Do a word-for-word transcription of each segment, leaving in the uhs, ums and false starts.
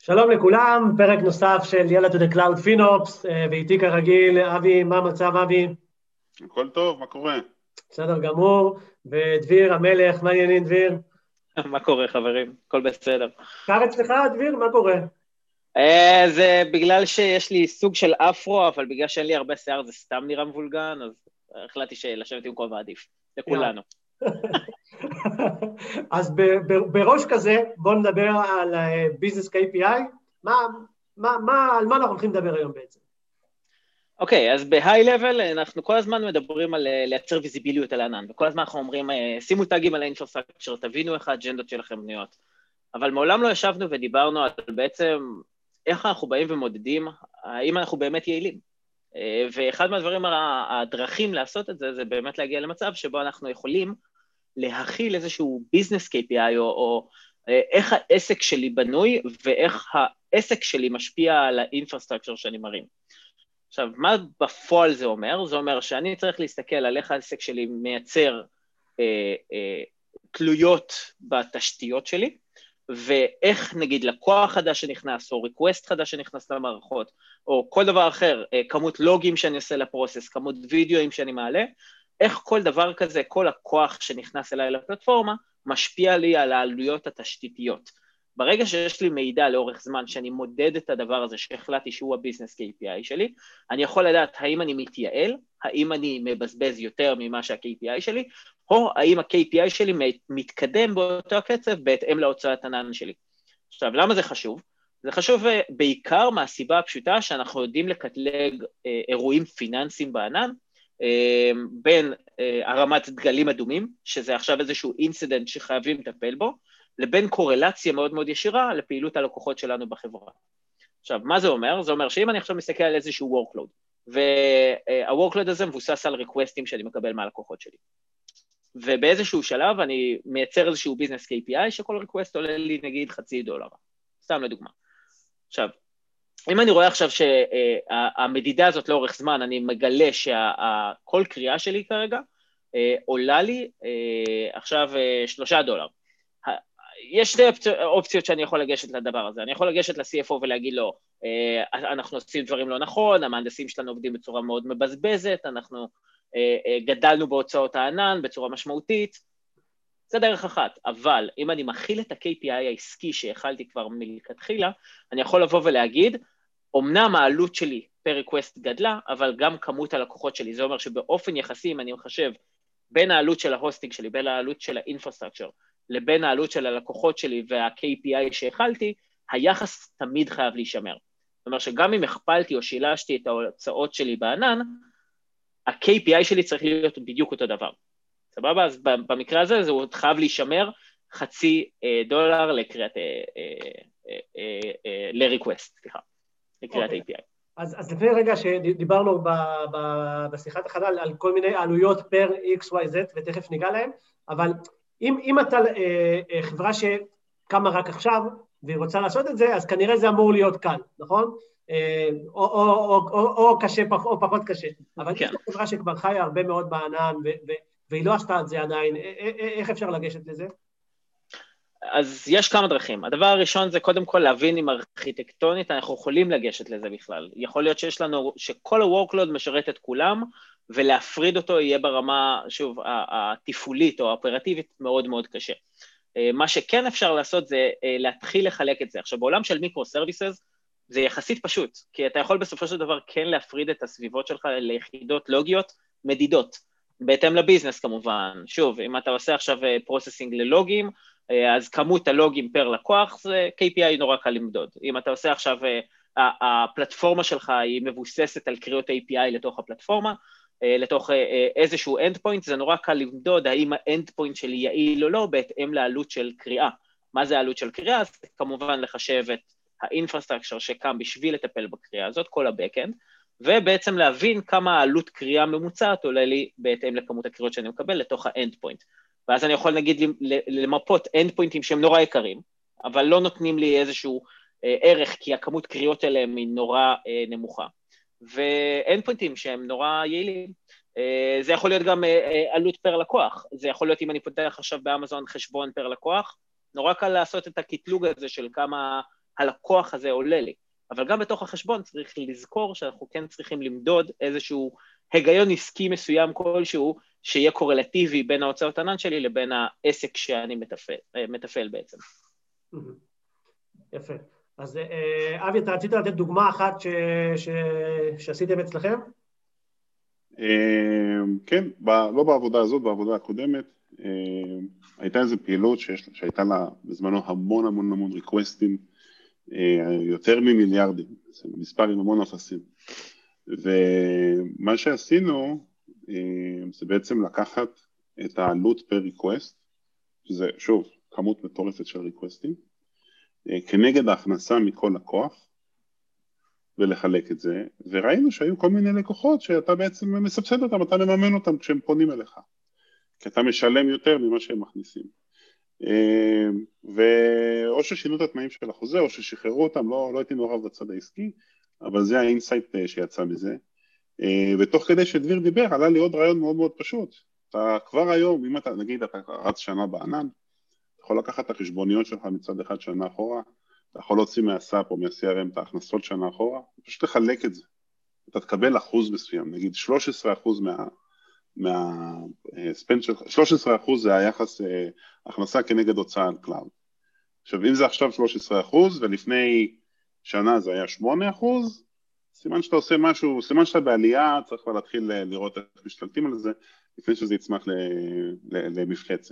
שלום לכולם, פרק נוסף של יאללה to the cloud FinOps, ואיתי כרגיל, אבי, מה המצב אבי? הכל טוב, מה קורה? בסדר גמור, ודביר המלך, מה העניינים דביר? מה קורה חברים? הכל בסדר. קר אצלך דביר, מה קורה? זה בגלל שיש לי סוג של אפרו, אבל בגלל שאין לי הרבה שיער זה סתם נראה מבולגן, אז החלטתי שלשבת עם כובע עדיף, לכולנו. אז בראש כזה, בואו נדבר על ביזנס קיי פי איי, מה, מה, מה, על מה אנחנו הולכים לדבר היום בעצם? אוקיי, אז בהיי לבל אנחנו כל הזמן מדברים על לייצר ויזיביליות על הענן, וכל הזמן אנחנו אומרים, שימו טאגים על האינפרסטרקצ'ר, תבינו איך האג'נדות שלכם בנויות, אבל מעולם לא ישבנו ודיברנו על בעצם איך אנחנו באים ומודדים, האם אנחנו באמת יעילים. ואחד מהדברים, הדרכים לעשות את זה, זה באמת להגיע למצב שבו אנחנו יכולים להכיל איזשהו ביזנס קיי פי איי, או, או איך העסק שלי בנוי, ואיך העסק שלי משפיע על האינפרסטרקצ'ר שאני מרים. עכשיו, מה בפועל זה אומר? זה אומר שאני צריך להסתכל על איך העסק שלי מייצר אה, אה, תלויות בתשתיות שלי, ואיך נגיד לקוח חדש שנכנס, או ריקווסט חדש שנכנס למערכות, או כל דבר אחר, אה, כמות לוגים שאני עושה לפרוסס, כמות וידאוים שאני מעלה, איך כל דבר כזה, כל הכוח שנכנס אליי לפלטפורמה, משפיע לי על העלויות התשתיתיות. ברגע שיש לי מידע לאורך זמן שאני מודד את הדבר הזה שהחלטתי שהוא הביזנס קיי פי איי שלי, אני יכול לדעת האם אני מתייעל, האם אני מבזבז יותר ממה שה-קיי פי איי שלי, או האם ה-קיי פי איי שלי מתקדם באותו הקצב בהתאם להוצאת ענן שלי. עכשיו, למה זה חשוב? זה חשוב בעיקר מהסיבה הפשוטה שאנחנו יודעים לקטלג אירועים פיננסיים בענן, בין הרמת דגלים אדומים, שזה עכשיו איזשהו אינסידנט שחייבים לטפל בו, לבין קורלציה מאוד מאוד ישירה לפעילות הלקוחות שלנו בחברה. עכשיו, מה זה אומר? זה אומר שאם אני עכשיו מסתכל על איזשהו workload, וה-workload הזה מבוסס על ריקווסטים שאני מקבל מהלקוחות שלי, ובאיזשהו שלב אני מייצר איזשהו ביזנס קיי פי איי, שכל ריקווסט עולה לי נגיד חצי דולר. סתם לדוגמה. עכשיו, אם אני רואה עכשיו שהמדידה הזאת לאורך זמן, אני מגלה שכל קריאה שלי כרגע, עולה לי עכשיו שלושה דולר. יש שתי אופציות שאני יכול לגשת לדבר הזה. אני יכול לגשת ל-סי אף או ולהגיד לו, אנחנו עושים דברים לא נכון, המהנדסים שלנו עובדים בצורה מאוד מבזבזת, אנחנו גדלנו בהוצאות הענן בצורה משמעותית, זה דרך אחת. אבל אם אני מכיל את ה-קיי פי איי העסקי שהחלתי כבר מלכתחילה, אני יכול לבוא ולהגיד, אמנם העלות שלי פר ריקווסט גדלה, אבל גם כמות הלקוחות שלי. זה אומר שבאופן יחסי, אם אני מחשב בין העלות של ההוסטינג שלי, בין העלות של האינפרסטרקצ'ר, לבין העלות של הלקוחות שלי וה-קיי פי איי שהחלתי, היחס תמיד חייב להישמר. זאת אומרת שגם אם הכפלתי או שילשתי את ההוצאות שלי בענן, ה-קיי פי איי שלי צריך להיות בדיוק אותו דבר. סבבה? אז במקרה הזה זה חייב להישמר חצי דולר לקריאת, ל-request, סליחה, לקריאת איי פי איי. אז, אז לפני רגע שדיברנו ב, ב, בשיחת החלל על כל מיני עלויות פר X, Y, Z, ותכף ניגע להם, אבל אם, אם אתה אה, חברה שקמה רק עכשיו, והיא רוצה לעשות את זה, אז כנראה זה אמור להיות קל, נכון? אה, או, או, או, או, או קשה, או פחות קשה. אבל כן. יש חברה שכבר חיה הרבה מאוד בענן, ו, ו, והיא לא עשתה את זה עדיין, איך אפשר לגשת לזה? אז יש כמה דרכים. הדבר הראשון זה קודם כל להבין אם ארכיטקטונית אנחנו יכולים לגשת לזה בכלל. יכול להיות שיש לנו, שכל ה-workload משרת את כולם, ולהפריד אותו יהיה ברמה, שוב, התפעולית או האופרטיבית מאוד מאוד קשה. מה שכן אפשר לעשות זה להתחיל לחלק את זה. עכשיו, בעולם של מיקרו-סרוויסס, זה יחסית פשוט, כי אתה יכול בסופו של דבר כן להפריד את הסביבות שלך ליחידות לוגיות מדידות, בהתאם לביזנס כמובן. שוב, אם אתה עושה עכשיו פרוססינג ללוגים, אז כמות הלוגים פר לקוח זה קיי פי איי נורא קל למדוד. אם אתה עושה עכשיו, הפלטפורמה שלך היא מבוססת על קריאות איי פי איי לתוך הפלטפורמה, לתוך איזשהו endpoint, זה נורא קל למדוד האם האנדפוינט שלי יעיל או לא, בהתאם לעלות של קריאה. מה זה העלות של קריאה? אז כמובן לחשב את האינפרסטרקצ'ר שקם בשביל לטפל בקריאה הזאת, כל הבקאנד, ובעצם להבין כמה העלות קריאה ממוצעת עולה לי בהתאם לכמות הקריאות שאני מקבל לתוך האנדפוינט. ואז אני יכול נגיד למפות אנדפוינטים שהם נורא יקרים, אבל לא נותנים לי איזשהו ערך, כי הכמות קריאות אליהם היא נורא נמוכה. ואנדפוינטים שהם נורא יעילים. זה יכול להיות גם עלות פר לקוח, זה יכול להיות אם אני פותח עכשיו באמזון חשבון פר לקוח, נורא קל לעשות את הקטלוג הזה של כמה הלקוח הזה עולה לי. אבל גם בתוך החשבון צריך לזכור שאנחנו כן צריכים למדוד איזשהו היגיון עסקי מסוים כלשהו, שיהיה קורלטיבי בין ההוצאות ענן שלי לבין העסק שאני מטפל, מטפל בעצם. יפה. אז אבי, אתה רצית לתת דוגמה אחת ש... ש... שעשיתם אצלכם? כן, לא בעבודה הזאת, בעבודה הקודמת, הייתה איזו פעילות שיש, שהייתה לה בזמנו המון המון המון ריקווסטים, יותר ממיליארדים, זה מספר עם המון אפסים. ומה שעשינו, זה בעצם לקחת את העלות פר ריקווסט, שזה שוב, כמות מטורפת של ריקווסטים, כנגד ההכנסה מכל לקוח, ולחלק את זה, וראינו שהיו כל מיני לקוחות שאתה בעצם מסבסד אותם, אתה מממן אותם כשהם פונים אליך, כי אתה משלם יותר ממה שהם מכניסים. ואו ששינו את התנאים של החוזה, או ששחררו אותם, לא, לא הייתי מעורב בצד העסקי, אבל זה האינסייט שיצא מזה. ותוך כדי שדביר דיבר, עלה לי עוד רעיון מאוד מאוד פשוט. אתה כבר היום, אם אתה, נגיד, אתה רץ שנה בענן, אתה יכול לקחת את החשבוניות שלך מצד אחד שנה אחורה, אתה יכול להוציא מהסאפ או מה-סי אר אם את ההכנסות שנה אחורה, פשוט לחלק את זה. אתה תקבל אחוז מסוים, נגיד שלושה עשר אחוז מה... מהספנד שלך, שלושה עשר אחוז זה היחס הכנסה כנגד הוצאה על קלאוד. עכשיו, אם זה עכשיו שלושה עשר אחוז, ולפני שנה זה היה שמונה אחוז, סימן שאתה עושה משהו, סימן שאתה בעלייה, צריך כבר להתחיל לראות איך משתלטים על זה, לפני שזה יצמח למפחצת.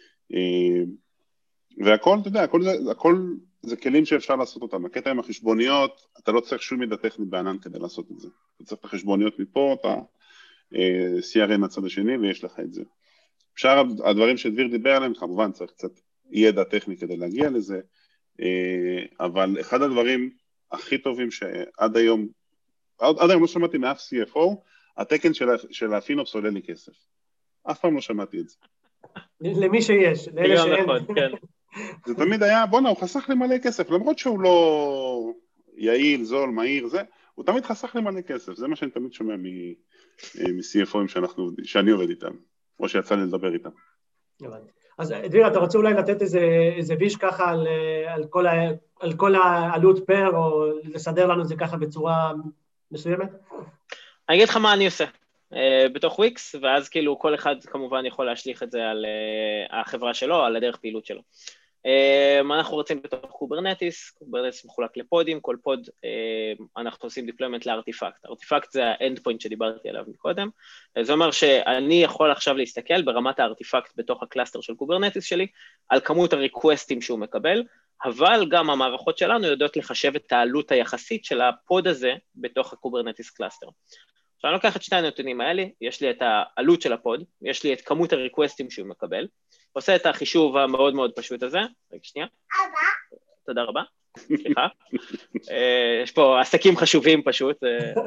והכל, אתה יודע, הכל זה, הכל זה כלים שאפשר לעשות אותם. הקטע עם החשבוניות, אתה לא צריך שום מידע טכני בענן כדי לעשות את זה. אתה צריך את החשבוניות מפה, אתה סי אר אם מהצד השני, ויש לך את זה. אפשר, הדברים שדביר דיבר עליהם, כמובן צריך קצת ידע טכני כדי להגיע לזה, אבל אחד הדברים הכי טובים שעד היום, עד היום לא שמעתי מאף סי אף או, התקן של הפינופס עולה לי כסף. אף פעם לא שמעתי את זה. למי שיש, לאלה שאין. זה תמיד היה, בונה, הוא חסך לי מלא כסף, למרות שהוא לא יעיל, זול, מהיר, זה, הוא תמיד חסך לי מלא כסף, זה מה שאני תמיד שומע מ-סי אף או-ים שאנחנו, שאני עובד איתם, או שיצא לי לדבר איתם. אז דביר, אתה רוצה אולי לתת איזה ויש ככה על, על, כל, ה, על כל העלות פר, או לסדר לנו את זה ככה בצורה מסוימת? אני אגיד לך מה אני עושה. בתוך וויקס, ואז כאילו כל אחד כמובן יכול להשליך את זה על החברה שלו, על הדרך פעילות שלו. אנחנו רוצים בתוך קוברנטיס, קוברנטיס מחולק לפודים, כל פוד אנחנו עושים דיפלוימנט לארטיפקט. ארטיפקט זה האנד פוינט שדיברתי עליו מקודם, זה אומר שאני יכול עכשיו להסתכל ברמת הארטיפקט בתוך הקלאסטר של קוברנטיס שלי, על כמות הריקווסטים שהוא מקבל, אבל גם המערכות שלנו יודעות לחשב את העלות היחסית של הפוד הזה בתוך הקוברנטיס קלאסטר. עכשיו אני לוקח את שני הנתונים האלה, יש לי את העלות של הפוד, יש לי את כמות הריקווסטים שהוא מקבל, עושה את החישוב המאוד מאוד פשוט הזה, רגע שנייה, תודה רבה, סליחה, יש פה עסקים חשובים פשוט,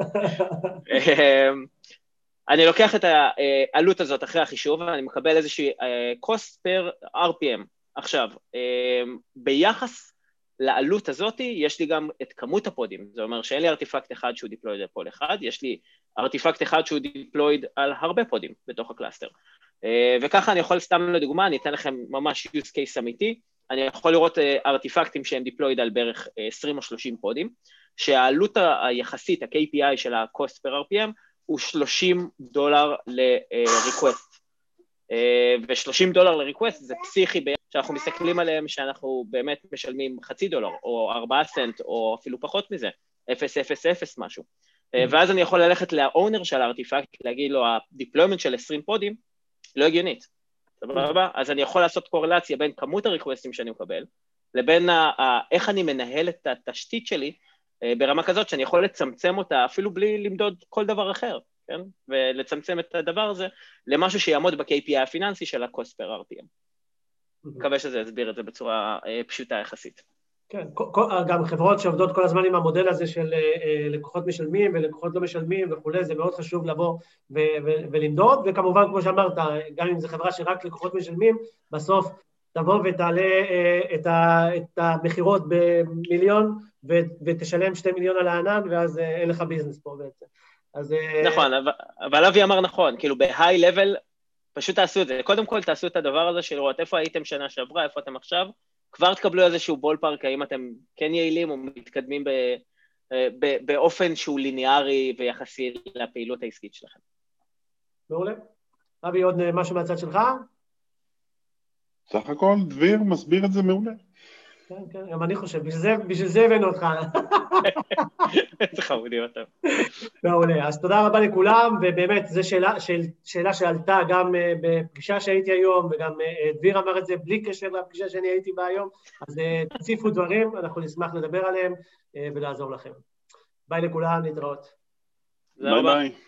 אני לוקח את העלות הזאת אחרי החישוב, ואני מקבל איזושהי cost per אר פי אם, עכשיו, ביחס לעלות הזאת יש לי גם את כמות הפודים, זה אומר שאין לי ארטיפקט אחד שהוא דיפלויד על פוד אחד, יש לי ארטיפקט אחד שהוא דיפלויד על הרבה פודים בתוך הקלאסטר. וככה אני יכול סתם לדוגמה, אני אתן לכם ממש use case אמיתי, אני יכול לראות ארטיפקטים שהם דיפלויד על בערך עשרים או שלושים פודים, שהעלות היחסית, ה-קיי פי איי של ה-cost per אר פי אם, הוא שלושים דולר ל-request. ו-שלושים דולר ל-request זה פסיכי ביחד, שאנחנו מסתכלים עליהם שאנחנו באמת משלמים חצי דולר, או ארבעה סנט, או אפילו פחות מזה, אפס אפס אפס משהו. ואז אני יכול ללכת לאונר של הארטיפקט, להגיד לו, הדיפלוימנט של עשרים פודים, לא הגיונית. סבבה? אז אני יכול לעשות קורלציה בין כמות הריקווסטים שאני מקבל, לבין איך אני מנהל את התשתית שלי, ברמה כזאת שאני יכול לצמצם אותה, אפילו בלי למדוד כל דבר אחר, כן? ולצמצם את הדבר הזה למשהו שיעמוד ב-קיי פי איי הפיננסי של ה-cost per אר פי אם. מקווה שזה יסביר את זה בצורה פשוטה יחסית. כן, גם חברות שעובדות כל הזמן עם המודל הזה של לקוחות משלמים ולקוחות לא משלמים וכו', זה מאוד חשוב לבוא ולמדוד, וכמובן, כמו שאמרת, גם אם זו חברה שרק לקוחות משלמים, בסוף תבוא ותעלה את המחירות במיליון, ותשלם שתי מיליון על הענן, ואז אין לך ביזנס פה בעצם. נכון, אבל אבי אמר נכון, כאילו בהיי לבל, פשוט תעשו את זה. קודם כל תעשו את הדבר הזה של לראות איפה הייתם שנה שעברה, איפה אתם עכשיו, כבר תקבלו איזשהו בול פארק, האם אתם כן יעילים או מתקדמים ב, ב, באופן שהוא ליניארי ויחסי לפעילות העסקית שלכם. מעולה. אבי, עוד משהו מהצד שלך? סך הכל, דביר מסביר את זה מעולה. כן, כן, גם אני חושב, בשביל זה, בשביל זה הבאנו אותך. איזה חמודים אתם. מעולה, אז תודה רבה לכולם, ובאמת, זו שאלה, שאל, שאלה שעלתה גם uh, בפגישה שהייתי היום, וגם uh, דביר אמר את זה בלי קשר לפגישה שאני הייתי בה היום, אז uh, תציפו דברים, אנחנו נשמח לדבר עליהם uh, ולעזור לכם. ביי לכולם, להתראות. ביי ביי.